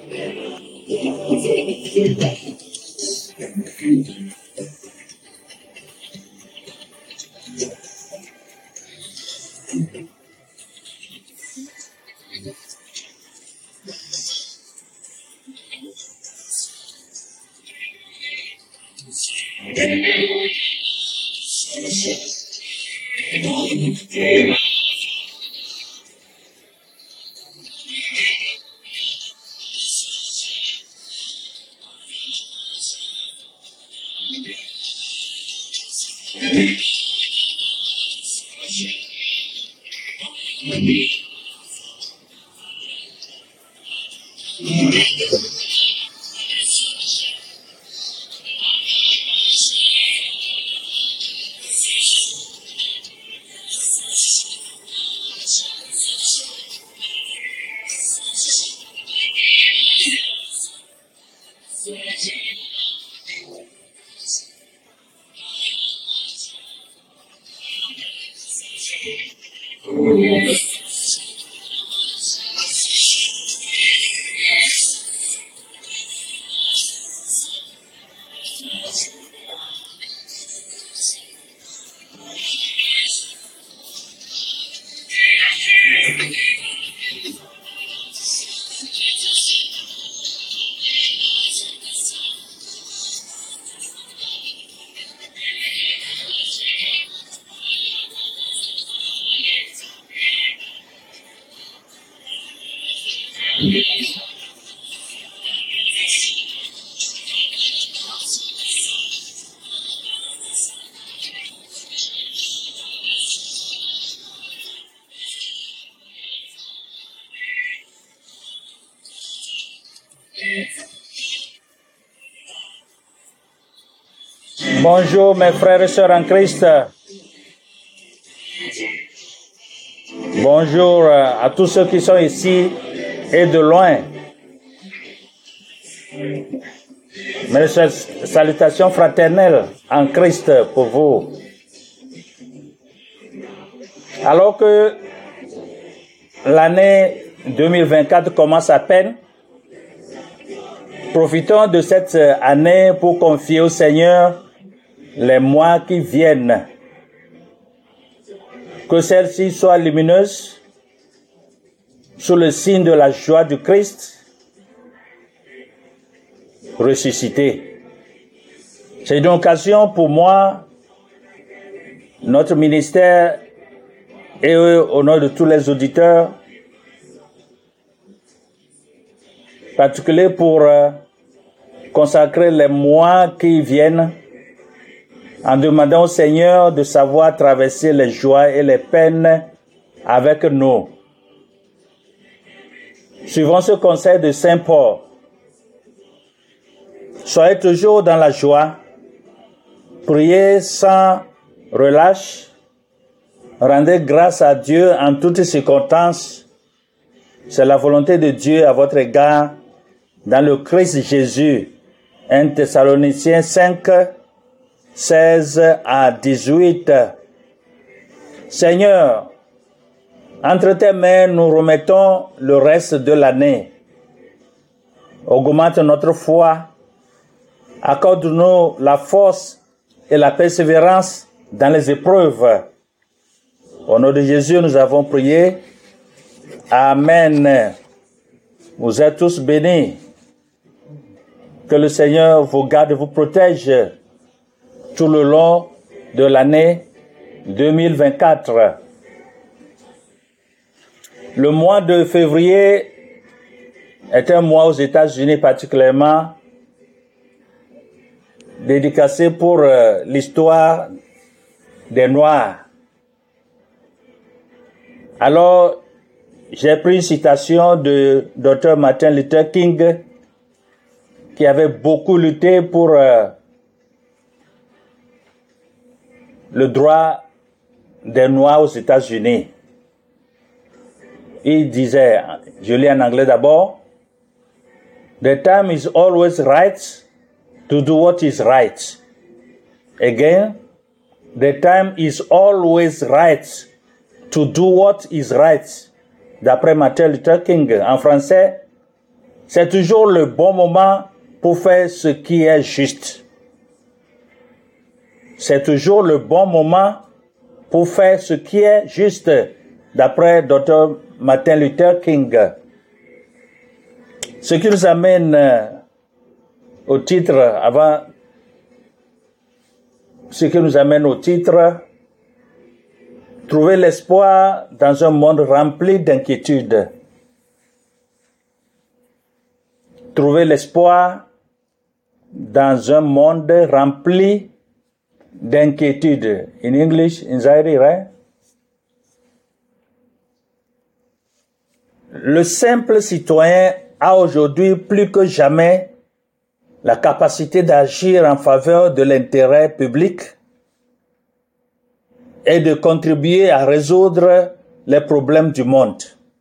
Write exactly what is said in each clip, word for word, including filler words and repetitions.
Bonjour mes frères et sœurs en Christ. Bonjour à tous ceux qui sont ici et de loin. Mes salutations fraternelles en Christ pour vous. Alors que l'année deux mille vingt-quatre commence à peine, profitons de cette année pour confier au Seigneur les mois qui viennent. Que celles-ci soient lumineuses sous le signe de la joie du Christ ressuscité. C'est une occasion pour moi, notre ministère et au nom de tous les auditeurs, particulier pour euh, consacrer les mois qui viennent en demandant au Seigneur de savoir traverser les joies et les peines avec nous. Suivons ce conseil de Saint Paul. Soyez toujours dans la joie, priez sans relâche, rendez grâce à Dieu en toutes circonstances. C'est la volonté de Dieu à votre égard dans le Christ Jésus. un Thessaloniciens cinq, seize à dix-huit. Seigneur, entre tes mains, nous remettons le reste de l'année. Augmente notre foi. Accorde-nous la force et la persévérance dans les épreuves. Au nom de Jésus, nous avons prié. Amen. Vous êtes tous bénis. Que le Seigneur vous garde et vous protège tout le long de l'année deux mille vingt-quatre. Le mois de février est un mois aux États-Unis particulièrement dédicacé pour euh, l'histoire des Noirs. Alors, j'ai pris une citation de docteur Martin Luther King qui avait beaucoup lutté pour euh, le droit des Noirs aux États-Unis. Il disait, je lis en anglais d'abord, "The time is always right to do what is right." Again, "The time is always right to do what is right." D'après Martin Luther King, en français, C'est toujours le bon moment pour faire ce qui est juste. C'est toujours le bon moment pour faire ce qui est juste, d'après docteur Martin Luther King. Ce qui nous amène au titre, avant, ce qui nous amène au titre, trouver l'espoir dans un monde rempli d'inquiétudes. Trouver l'espoir dans un monde rempli d'inquiétudes. In English, anxiety, right? Le simple citoyen a aujourd'hui plus que jamais la capacité d'agir en faveur de l'intérêt public et de contribuer à résoudre les problèmes du monde.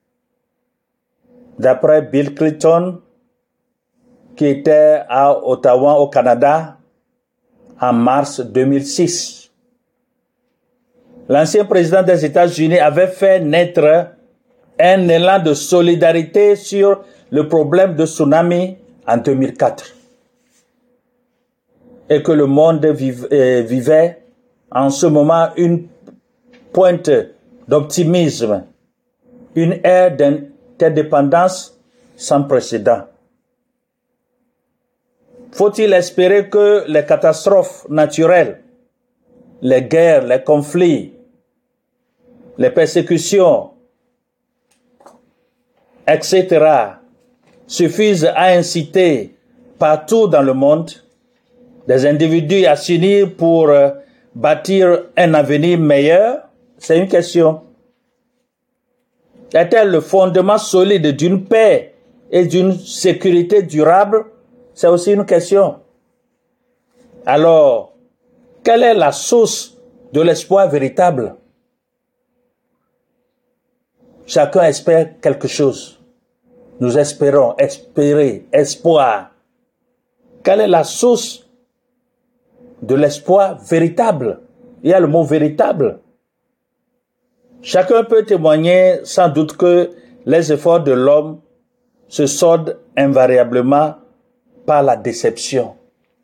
D'après Bill Clinton, qui était à Ottawa, au Canada, en mars deux mille six. L'ancien président des États-Unis avait fait naître un élan de solidarité sur le problème de tsunami en deux mille quatre. Et que le monde vive, euh, vivait en ce moment une pointe d'optimisme, une ère d'interdépendance sans précédent. Faut-il espérer que les catastrophes naturelles, les guerres, les conflits, les persécutions, et cetera, suffisent à inciter partout dans le monde des individus à s'unir pour bâtir un avenir meilleur? C'est une question. Est-elle le fondement solide d'une paix et d'une sécurité durable? C'est aussi une question. Alors, quelle est la source de l'espoir véritable? Chacun espère quelque chose. Nous espérons, espérer, espoir. Quelle est la source de l'espoir véritable? Il y a le mot véritable. Chacun peut témoigner sans doute que les efforts de l'homme se soldent invariablement par la déception.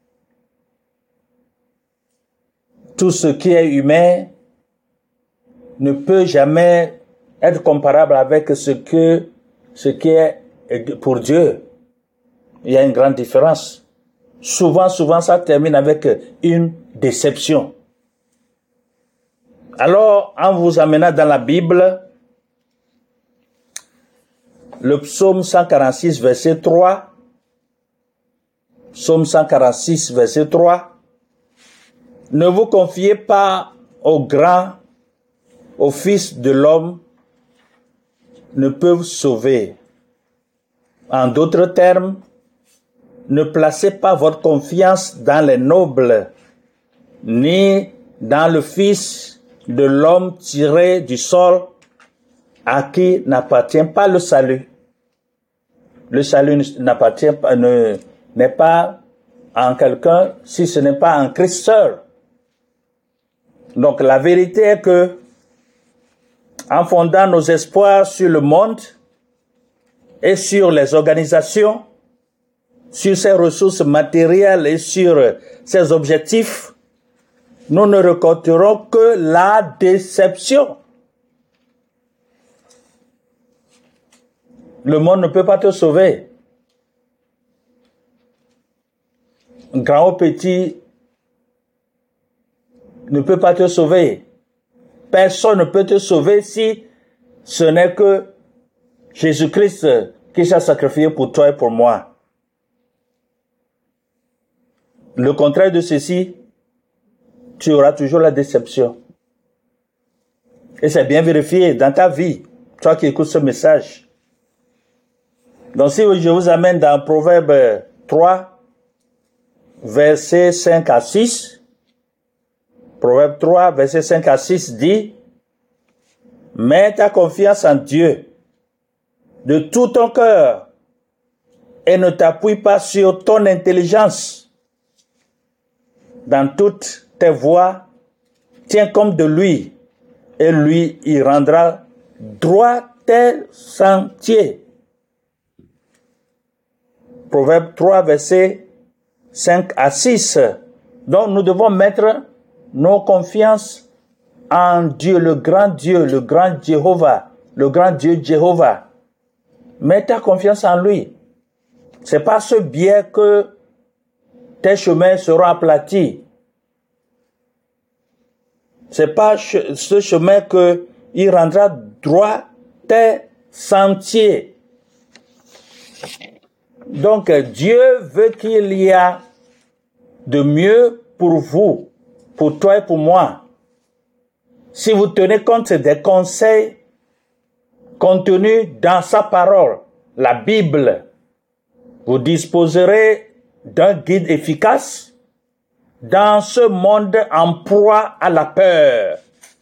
Tout ce qui est humain ne peut jamais être comparable avec ce que, ce qui est pour Dieu. Il y a une grande différence. Souvent, souvent, ça termine avec une déception. Alors, en vous amenant dans la Bible, le psaume cent quarante-six, verset trois, Psaume cent quarante-six, verset trois. Ne vous confiez pas aux grands, aux fils de l'homme, ne peuvent sauver. En d'autres termes, ne placez pas votre confiance dans les nobles, ni dans le fils de l'homme tiré du sol, à qui n'appartient pas le salut. Le salut n'appartient pas, ne, n'est pas en quelqu'un si ce n'est pas en Christ seul. Donc la vérité est que, en fondant nos espoirs sur le monde et sur les organisations, sur ses ressources matérielles et sur ses objectifs, nous ne récolterons que la déception. Le monde ne peut pas te sauver. Grand ou petit ne peut pas te sauver. Personne ne peut te sauver si ce n'est que Jésus-Christ qui s'est sacrifié pour toi et pour moi. Le contraire de ceci, tu auras toujours la déception. Et c'est bien vérifié dans ta vie, toi qui écoutes ce message. Donc si je vous amène dans Proverbe trois, versets cinq à six, Proverbe trois, versets cinq à six dit, « Mets ta confiance en Dieu de tout ton cœur et ne t'appuie pas sur ton intelligence. Dans toutes tes voies, tiens compte de lui et lui y rendra droit tes sentiers. » Proverbe trois, versets cinq à six. Donc nous devons mettre nos confiances en Dieu, le grand Dieu, le grand Jéhovah, le grand Dieu Jéhovah. Mets ta confiance en lui. C'est par ce biais que tes chemins seront aplatis. C'est par ce chemin que il rendra droit tes sentiers. Donc Dieu veut qu'il y ait de mieux pour vous, pour toi et pour moi. Si vous tenez compte des conseils contenus dans sa parole, la Bible, vous disposerez d'un guide efficace dans ce monde en proie à la peur.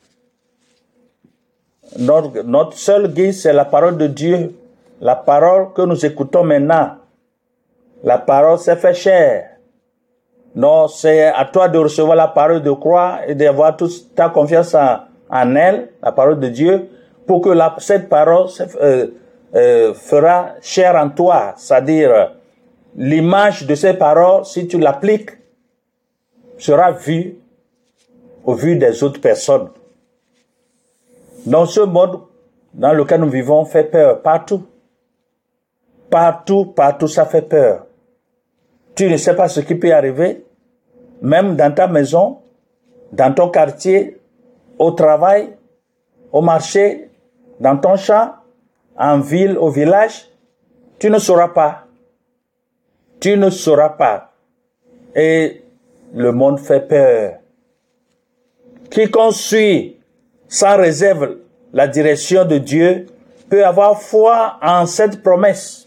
Notre, notre seul guide, c'est la parole de Dieu, la parole que nous écoutons maintenant. La parole s'est fait chair. Non, c'est à toi de recevoir la parole, de croire et d'avoir toute ta confiance en, en elle, la parole de Dieu, pour que la, cette parole euh, euh, fera chair en toi. C'est-à-dire, l'image de ces paroles, si tu l'appliques, sera vue au vu des autres personnes. Dans ce monde dans lequel nous vivons, fait peur partout. Partout, partout, ça fait peur. Tu ne sais pas ce qui peut arriver, même dans ta maison, dans ton quartier, au travail, au marché, dans ton champ, en ville, au village. Tu ne sauras pas. Tu ne sauras pas. Et le monde fait peur. Quiconque suit sans réserve la direction de Dieu peut avoir foi en cette promesse.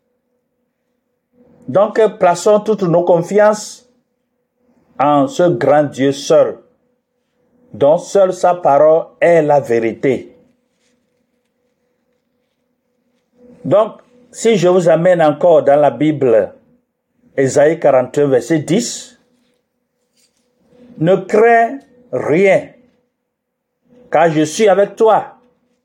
Donc, plaçons toutes nos confiances en ce grand Dieu seul, dont seule sa parole est la vérité. Donc, si je vous amène encore dans la Bible, Ésaïe quarante et un, verset dix, ne crains rien, car je suis avec toi.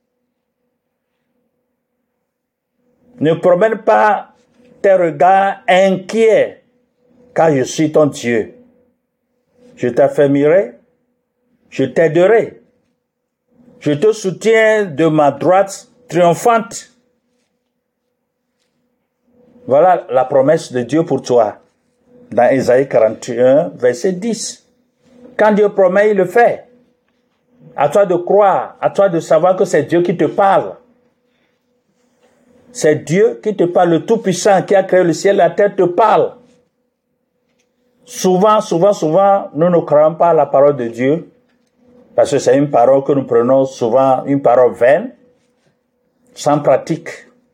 Ne promène pas tes regards inquiets, car je suis ton Dieu. Je t'affermirai, je t'aiderai. Je te soutiens de ma droite triomphante. Voilà la promesse de Dieu pour toi. Dans Ésaïe quarante et un, verset dix. Quand Dieu promet, il le fait. À toi de croire, à toi de savoir que c'est Dieu qui te parle. C'est Dieu qui te parle, le Tout-Puissant qui a créé le ciel et la terre te parle. Souvent, souvent, souvent, nous ne croyons pas à la parole de Dieu, parce que c'est une parole que nous prenons souvent, une parole vaine, sans pratique.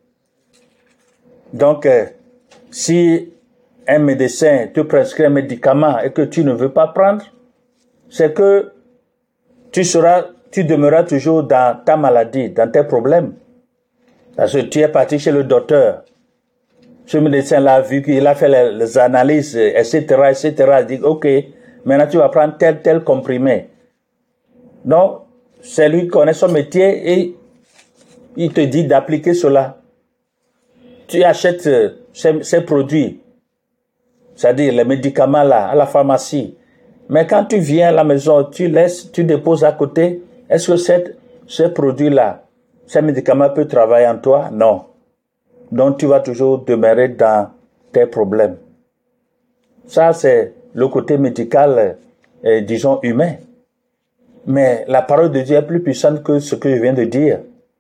Donc, euh, si un médecin te prescrit un médicament et que tu ne veux pas prendre, c'est que tu seras, tu demeureras toujours dans ta maladie, dans tes problèmes. Parce que tu es parti chez le docteur. Ce médecin-là a vu qu'il a fait les, les analyses, et cetera, et cetera. Il dit, OK, maintenant tu vas prendre tel, tel comprimé. Non, c'est lui qui connaît son métier et il te dit d'appliquer cela. Tu achètes ces, ces produits, c'est-à-dire les médicaments là, à la pharmacie. Mais quand tu viens à la maison, tu laisses, tu déposes à côté, est-ce que cette, ces produits-là, ces médicaments peuvent travailler en toi? Non. Donc tu vas toujours demeurer dans tes problèmes. Ça, c'est le côté médical, euh, disons, humain. Mais la parole de Dieu est plus puissante que ce que je viens de dire.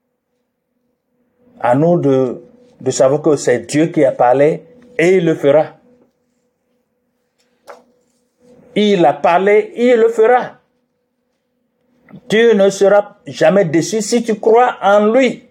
À nous de, de savoir que c'est Dieu qui a parlé et il le fera. Il a parlé, il le fera. Tu ne seras jamais déçu si tu crois en lui.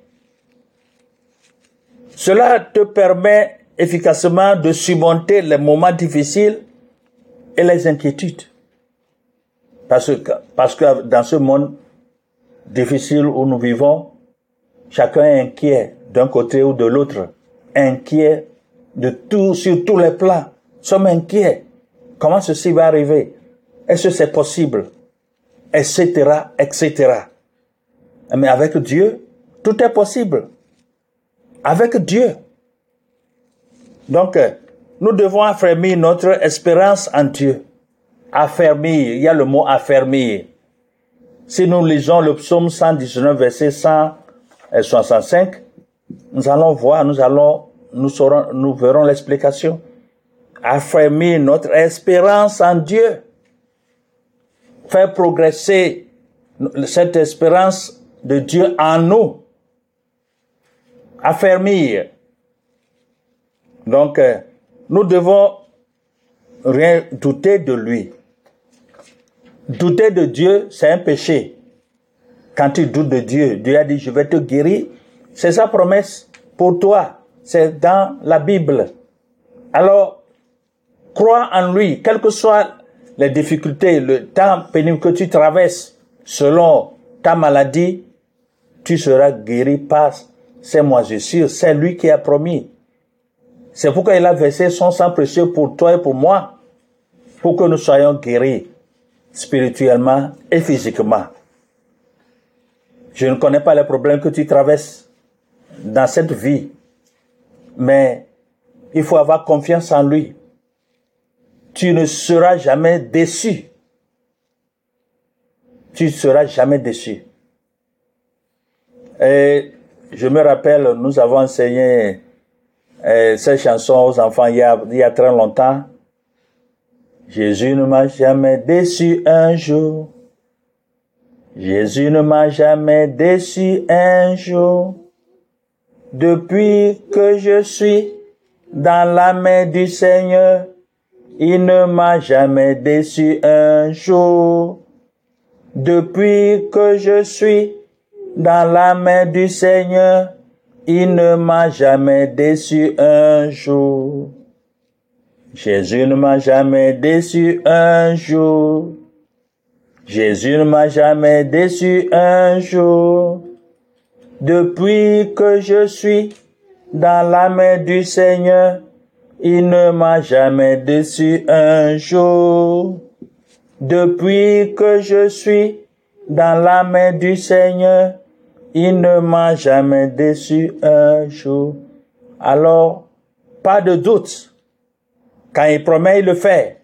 Cela te permet efficacement de surmonter les moments difficiles et les inquiétudes. Parce que, parce que dans ce monde difficile où nous vivons, chacun est inquiet d'un côté ou de l'autre. Inquiet de tout, sur tous les plans. Nous sommes inquiets. Comment ceci va arriver? Est-ce que c'est possible? Etc, et cetera. Mais avec Dieu, tout est possible. Avec Dieu. Donc, nous devons affermir notre espérance en Dieu. Affermir, il y a le mot affermir. Si nous lisons le psaume cent dix-neuf, verset cent soixante-cinq, nous allons voir, nous allons, nous saurons, nous verrons l'explication. Affermir notre espérance en Dieu. Faire progresser cette espérance de Dieu en nous. Affermir. Donc, euh, nous devons rien douter de lui. Douter de Dieu, c'est un péché. Quand tu doutes de Dieu, Dieu a dit, je vais te guérir. C'est sa promesse pour toi. C'est dans la Bible. Alors, crois en lui, quelles que soient les difficultés, le temps pénible que tu traverses, selon ta maladie, tu seras guéri par ses moisissures. C'est lui qui a promis. C'est pourquoi il a versé son sang précieux pour toi et pour moi, pour que nous soyons guéris spirituellement et physiquement. Je ne connais pas les problèmes que tu traverses dans cette vie, mais il faut avoir confiance en lui. Tu ne seras jamais déçu. Tu ne seras jamais déçu. Et je me rappelle, nous avons enseigné euh, cette chanson aux enfants il y a, il y a très longtemps. Jésus ne m'a jamais déçu un jour. Jésus ne m'a jamais déçu un jour. Depuis que je suis dans la main du Seigneur, il ne m'a jamais déçu un jour. Depuis que je suis dans la main du Seigneur, il ne m'a jamais déçu un jour. Jésus ne m'a jamais déçu un jour. Jésus ne m'a jamais déçu un jour. Depuis que je suis dans la main du Seigneur, il ne m'a jamais déçu un jour. Depuis que je suis dans la main du Seigneur, il ne m'a jamais déçu un jour. Alors, pas de doute. Quand il promet, il le fait.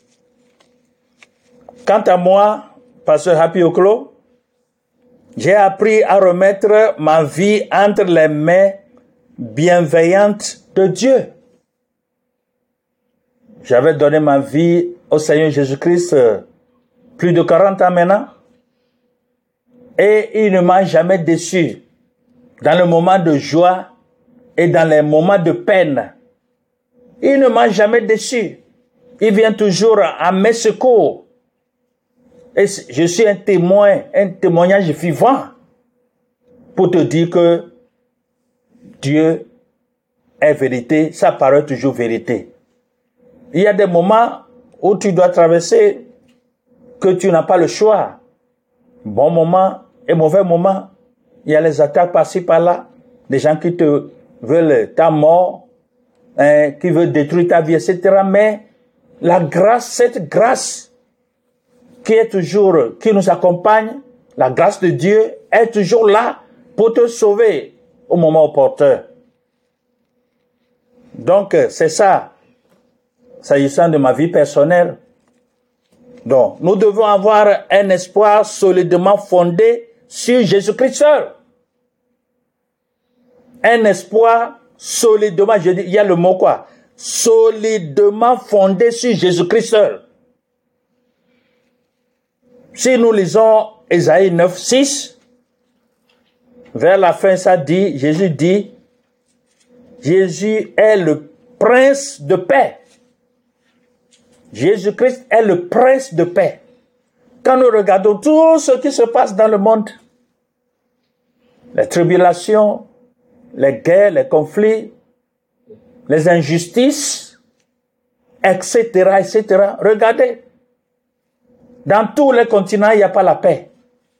Quant à moi, pasteur Happy Oklo, j'ai appris à remettre ma vie entre les mains bienveillantes de Dieu. J'avais donné ma vie au Seigneur Jésus-Christ plus de quarante ans maintenant. Et il ne m'a jamais déçu dans le moment de joie et dans les moments de peine. Il ne m'a jamais déçu. Il vient toujours à mes secours. Et je suis un témoin, un témoignage vivant pour te dire que Dieu est vérité, sa parole est toujours vérité. Il y a des moments où tu dois traverser que tu n'as pas le choix. Bon moment et mauvais moment. Il y a les attaques par-ci par-là. Des gens qui te veulent ta mort, hein, qui veulent détruire ta vie, et cetera. Mais la grâce, cette grâce qui est toujours, qui nous accompagne, la grâce de Dieu est toujours là pour te sauver au moment opportun. Donc, c'est ça, s'agissant de ma vie personnelle. Donc, nous devons avoir un espoir solidement fondé sur Jésus-Christ seul. Un espoir solidement, je dis, il y a le mot quoi? Solidement fondé sur Jésus-Christ seul. Si nous lisons Ésaïe neuf, six, vers la fin, ça dit, Jésus dit, Jésus est le prince de paix. Jésus-Christ est le prince de paix. Quand nous regardons tout ce qui se passe dans le monde, les tribulations, les guerres, les conflits, les injustices, et cetera, et cetera. Regardez, dans tous les continents, il n'y a pas la paix.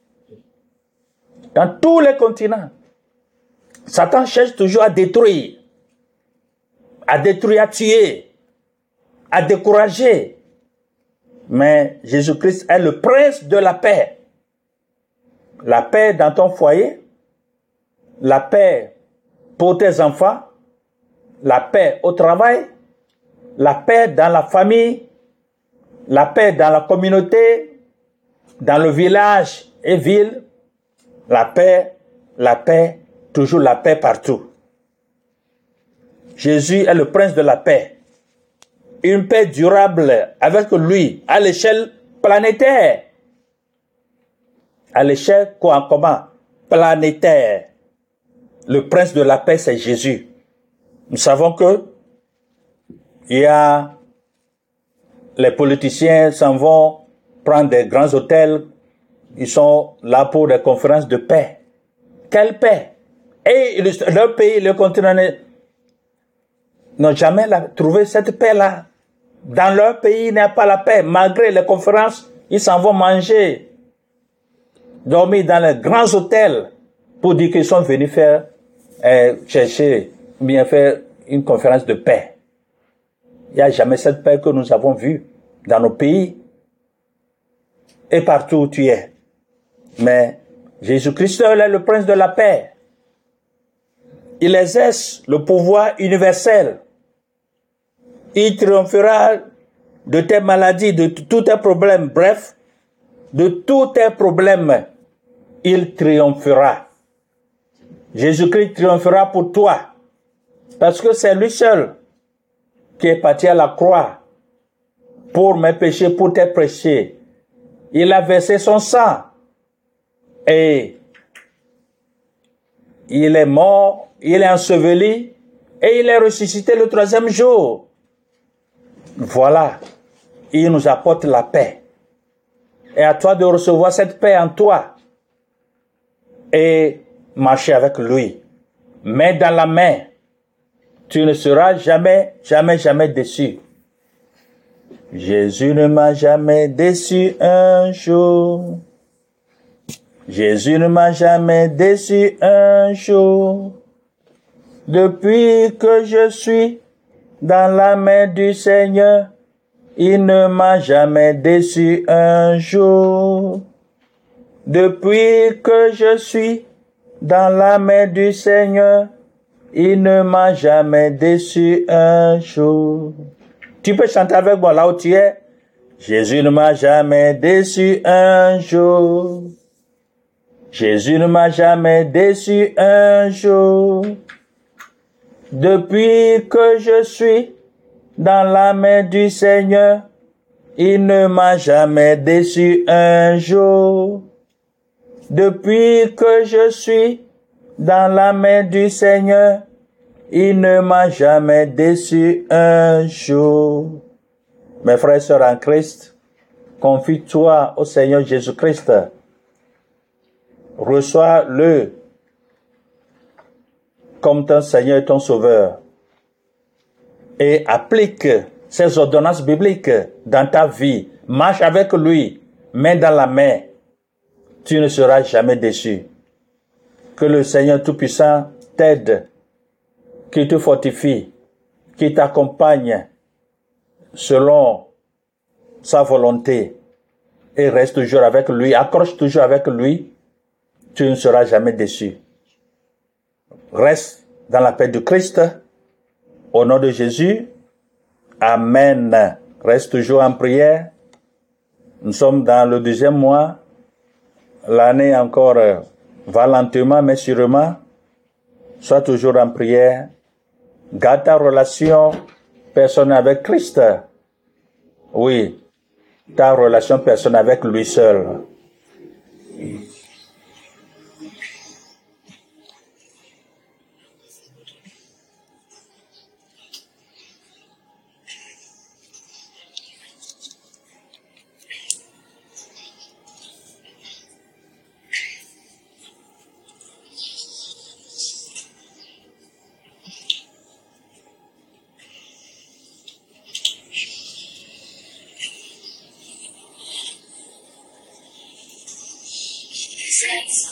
Dans tous les continents, Satan cherche toujours à détruire, à détruire, à tuer, à décourager. Mais Jésus-Christ est le prince de la paix. La paix dans ton foyer, la paix pour tes enfants, la paix au travail, la paix dans la famille, la paix dans la communauté, dans le village et ville, la paix, la paix, toujours la paix partout. Jésus est le prince de la paix. Une paix durable avec lui à l'échelle planétaire. À l'échelle quoi, comment? Planétaire. Le prince de la paix, c'est Jésus. Nous savons que il y a les politiciens s'en vont prendre des grands hôtels. Ils sont là pour des conférences de paix. Quelle paix? Et leur pays, le continent, n'ont jamais la, trouvé cette paix-là. Dans leur pays, il n'y a pas la paix. Malgré les conférences, ils s'en vont manger, dormir dans les grands hôtels pour dire qu'ils sont venus faire, euh, chercher, bien faire une conférence de paix. Il n'y a jamais cette paix que nous avons vue dans nos pays et partout où tu es. Mais Jésus-Christ est le prince de la paix. Il exerce le pouvoir universel. Il triomphera de tes maladies, de tous tes problèmes. Bref, de tous tes problèmes, il triomphera. Jésus-Christ triomphera pour toi. Parce que c'est lui seul qui est parti à la croix pour mes péchés, pour tes péchés. Il a versé son sang. Et il est mort, il est enseveli, et il est ressuscité le troisième jour. Voilà. Il nous apporte la paix. Et à toi de recevoir cette paix en toi. Et marcher avec lui. Main dans la main. Tu ne seras jamais, jamais, jamais déçu. Jésus ne m'a jamais déçu un jour. Jésus ne m'a jamais déçu un jour. Depuis que je suis dans la main du Seigneur, il ne m'a jamais déçu un jour. Depuis que je suis dans la main du Seigneur, il ne m'a jamais déçu un jour. Tu peux chanter avec moi là où tu es. Jésus ne m'a jamais déçu un jour. Jésus ne m'a jamais déçu un jour. Depuis que je suis dans la main du Seigneur, il ne m'a jamais déçu un jour. Depuis que je suis dans la main du Seigneur, il ne m'a jamais déçu un jour. Mes frères et sœurs en Christ, confie-toi au Seigneur Jésus-Christ. Reçois-le comme ton Seigneur et ton Sauveur. Et applique ces ordonnances bibliques dans ta vie. Marche avec lui, main dans la main. Tu ne seras jamais déçu. Que le Seigneur Tout-Puissant t'aide, qu'il te fortifie, qu'il t'accompagne selon sa volonté et reste toujours avec lui, accroche toujours avec lui, tu ne seras jamais déçu. Reste dans la paix de Christ, au nom de Jésus. Amen. Reste toujours en prière. Nous sommes dans le deuxième mois. L'année encore va lentement, mais sûrement. Sois toujours en prière. Garde ta relation personnelle avec Christ. Oui, ta relation personnelle avec lui seul. Friends.